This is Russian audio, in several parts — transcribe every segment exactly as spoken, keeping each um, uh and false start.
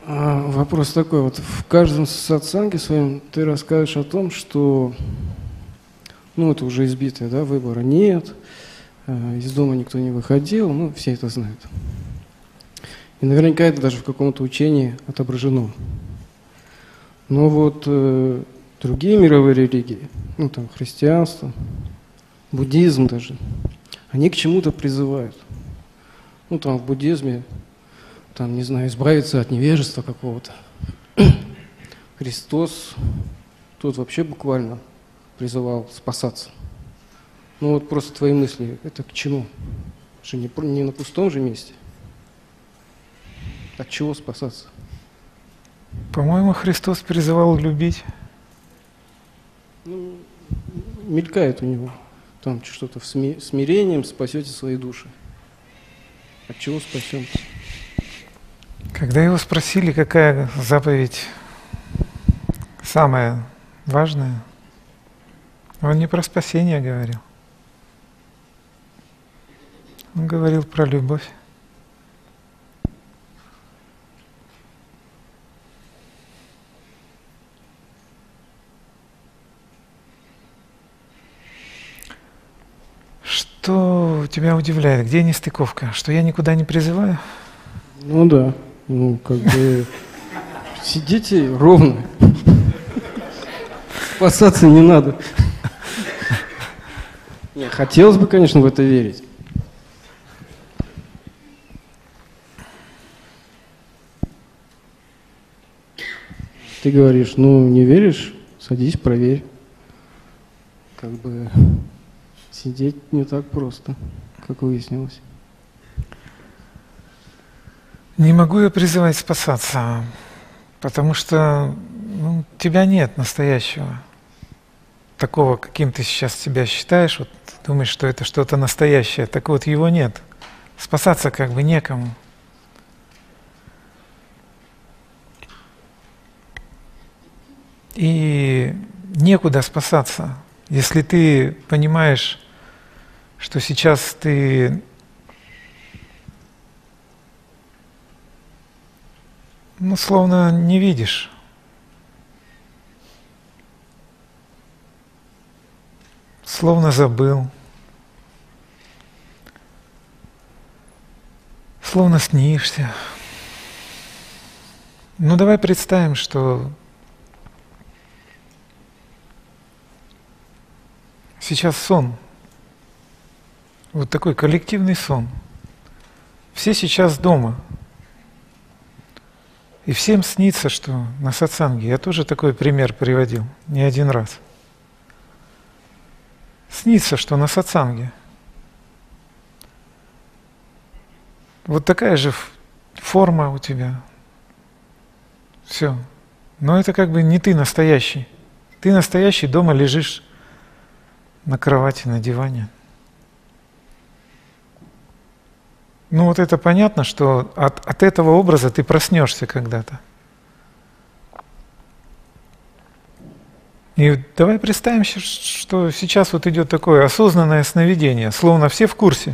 А, вопрос такой, вот в каждом сатсанге своем ты расскажешь о том, что, ну это уже избитое, да, выбора нет, из дома никто не выходил, ну все это знают. И наверняка это даже в каком-то учении отображено. Но вот э, другие мировые религии, ну там христианство, буддизм даже, они к чему-то призывают. Ну там в буддизме, там, не знаю, избавиться от невежества какого-то. Христос тут вообще буквально призывал спасаться. Ну вот просто твои мысли, это к чему? Что не, не на пустом же месте? От чего спасаться? По-моему, Христос призывал любить. Ну, мелькает у него. Там что-то в сми смирением спасете свои души. От чего спасем? Когда его спросили, какая заповедь самая важная, он не про спасение говорил. Он говорил про любовь. Что тебя удивляет? Где нестыковка? Что я никуда не призываю? Ну да, ну как бы сидите ровно. Спасаться не надо. Не, хотелось бы, конечно, в это верить. Ты говоришь, ну не веришь, садись, проверь. Как бы сидеть не так просто, как выяснилось. Не могу я призывать спасаться, потому что ну, тебя нет настоящего. Такого, каким ты сейчас себя считаешь, вот думаешь, что это что-то настоящее, так вот его нет. Спасаться как бы некому. И некуда спасаться. Если ты понимаешь, что сейчас ты ну, словно не видишь. Словно забыл. Словно снишься. Ну давай представим, что сейчас сон. Вот такой коллективный сон. Все сейчас дома. И всем снится, что на сатсанге, я тоже такой пример приводил, не один раз. Снится, что на сатсанге. Вот такая же форма у тебя. Все. Но это как бы не ты настоящий. Ты настоящий, дома лежишь на кровати, на диване. Ну вот это понятно, что от, от этого образа ты проснешься когда-то. И давай представим, что сейчас вот идет такое осознанное сновидение, словно все в курсе,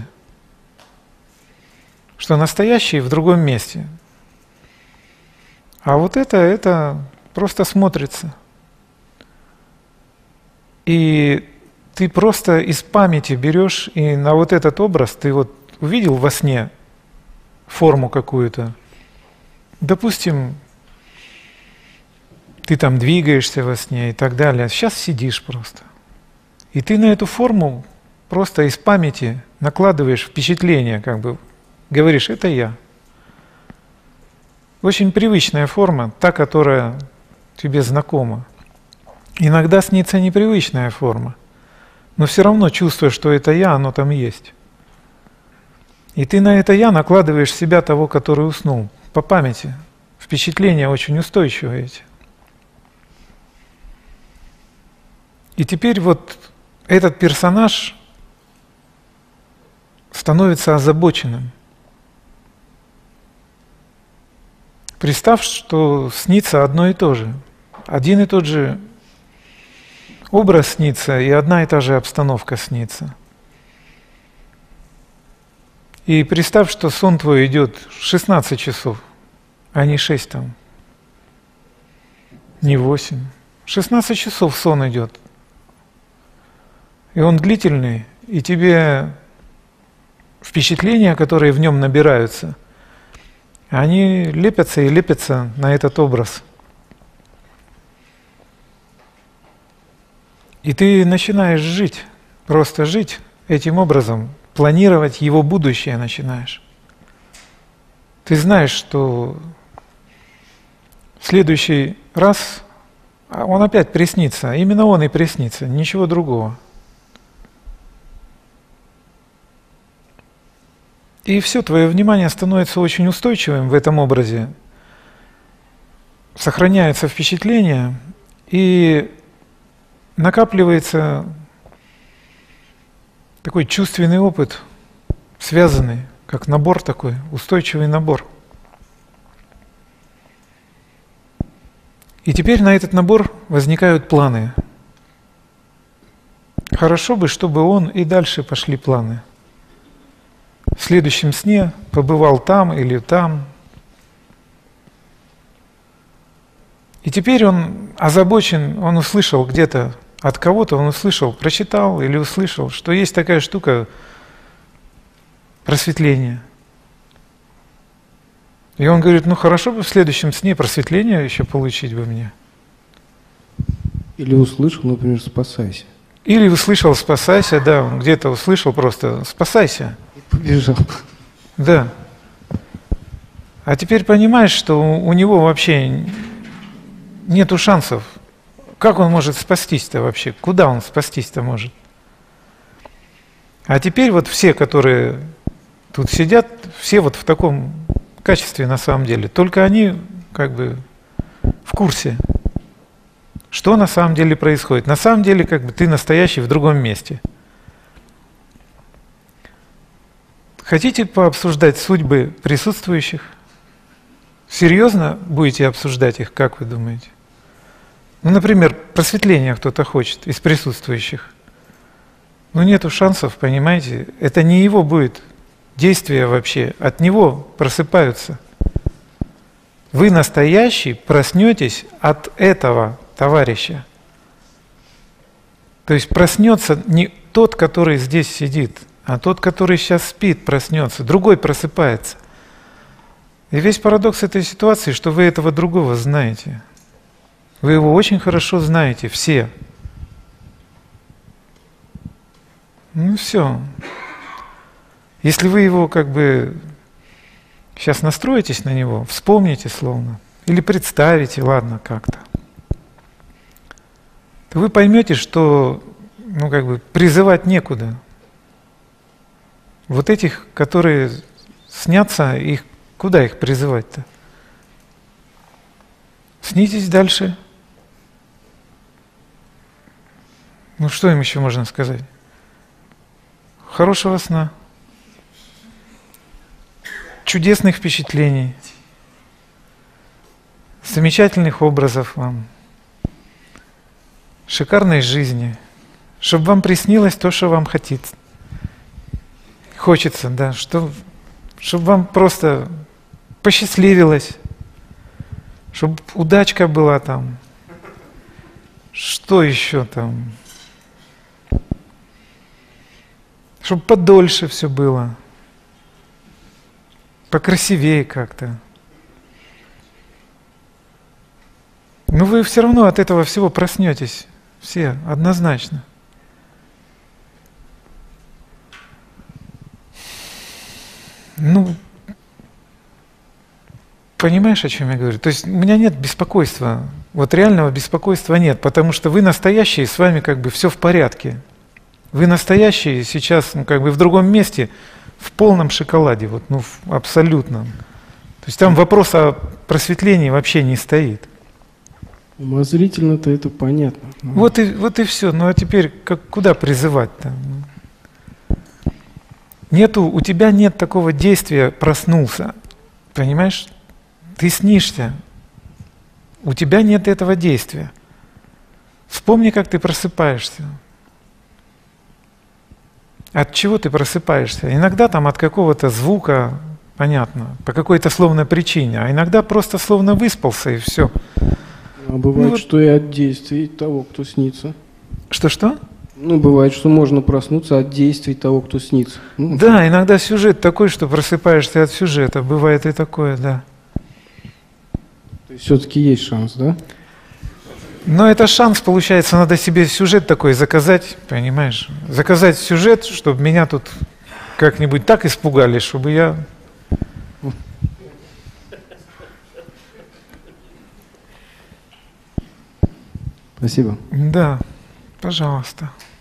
что настоящий в другом месте. А вот это, это просто смотрится. И ты просто из памяти берешь и на вот этот образ, ты вот увидел во сне форму какую-то, допустим, ты там двигаешься во сне и так далее, сейчас сидишь просто. И ты на эту форму просто из памяти накладываешь впечатление, как бы говоришь, это я. Очень привычная форма, та, которая тебе знакома. Иногда снится непривычная форма, но все равно чувствуешь, что это я, оно там есть. И ты на это «я» накладываешь себя того, который уснул, по памяти. Впечатления очень устойчивые эти. И теперь вот этот персонаж становится озабоченным. Представь, что снится одно и то же. Один и тот же образ снится, и одна и та же обстановка снится. И представь, что сон твой идет шестнадцать часов, а не шесть там, не восемь. шестнадцать часов сон идет. И он длительный, и тебе впечатления, которые в нем набираются, они лепятся и лепятся на этот образ. И ты начинаешь жить, просто жить этим образом, планировать его будущее начинаешь. Ты знаешь, что в следующий раз он опять приснится, именно он и приснится, ничего другого. И все, твое внимание становится очень устойчивым в этом образе, сохраняется впечатление и накапливается такой чувственный опыт, связанный, как набор такой, устойчивый набор. И теперь на этот набор возникают планы. Хорошо бы, чтобы он и дальше пошли планы. В следующем сне побывал там или там. И теперь он озабочен, он услышал где-то от кого-то, он услышал, прочитал или услышал, что есть такая штука просветление. И он говорит, ну хорошо бы в следующем сне просветление еще получить бы мне. Или услышал, например, спасайся. Или услышал спасайся, да, он где-то услышал просто спасайся. И побежал. Да. А теперь понимаешь, что у него вообще нету шансов. Как он может спастись-то вообще? Куда он спастись-то может? А теперь вот все, которые тут сидят, все вот в таком качестве на самом деле, только они как бы в курсе, что на самом деле происходит. На самом деле как бы ты настоящий в другом месте. Хотите пообсуждать судьбы присутствующих? Серьезно будете обсуждать их, как вы думаете? Ну, например, просветление кто-то хочет из присутствующих. Ну, нету шансов, понимаете? Это не его будет действие вообще, от него просыпаются. Вы настоящий проснетесь от этого товарища. То есть проснется не тот, который здесь сидит, а тот, который сейчас спит, проснется, другой просыпается. И весь парадокс этой ситуации, что вы этого другого знаете. Вы его очень хорошо знаете, все. Ну все. Если вы его как бы сейчас настроитесь на него, вспомните словно, или представите, ладно, как-то, то вы поймете, что ну, как бы призывать некуда. Вот этих, которые снятся, их, куда их призывать-то? Снитесь дальше. Ну что им еще можно сказать? Хорошего сна. Чудесных впечатлений. Замечательных образов вам. Шикарной жизни. Чтобы вам приснилось то, что вам хотите. Хочется, да, что, чтобы вам просто посчастливилось, чтобы удачка была там, что еще там, чтобы подольше все было, покрасивее как-то. Но вы все равно от этого всего проснетесь, все, однозначно. Ну, понимаешь, о чем я говорю? То есть у меня нет беспокойства, вот реального беспокойства нет, потому что вы настоящие, с вами как бы все в порядке. Вы настоящие сейчас, ну, как бы в другом месте, в полном шоколаде, вот, ну, в абсолютном. То есть там вопрос о просветлении вообще не стоит. Умозрительно-то это понятно. Но... Вот и, вот и все. Ну а теперь как, куда призывать-то? Нету, у тебя нет такого действия «проснулся». Понимаешь? Ты снишься. У тебя нет этого действия. Вспомни, как ты просыпаешься. От чего ты просыпаешься? Иногда там от какого-то звука, понятно, по какой-то словной причине, а иногда просто словно выспался и все. А бывает, Ну вот- что и от действий того, кто снится. Что-что? Ну, бывает, что можно проснуться от действий того, кто снится. Ну, Да, иногда сюжет такой, что просыпаешься от сюжета, бывает и такое, да. то есть все-таки есть шанс, да? Но это шанс, получается, надо себе сюжет такой заказать, понимаешь? Заказать сюжет, чтобы меня тут как-нибудь так испугали, чтобы я... Спасибо. Да, пожалуйста.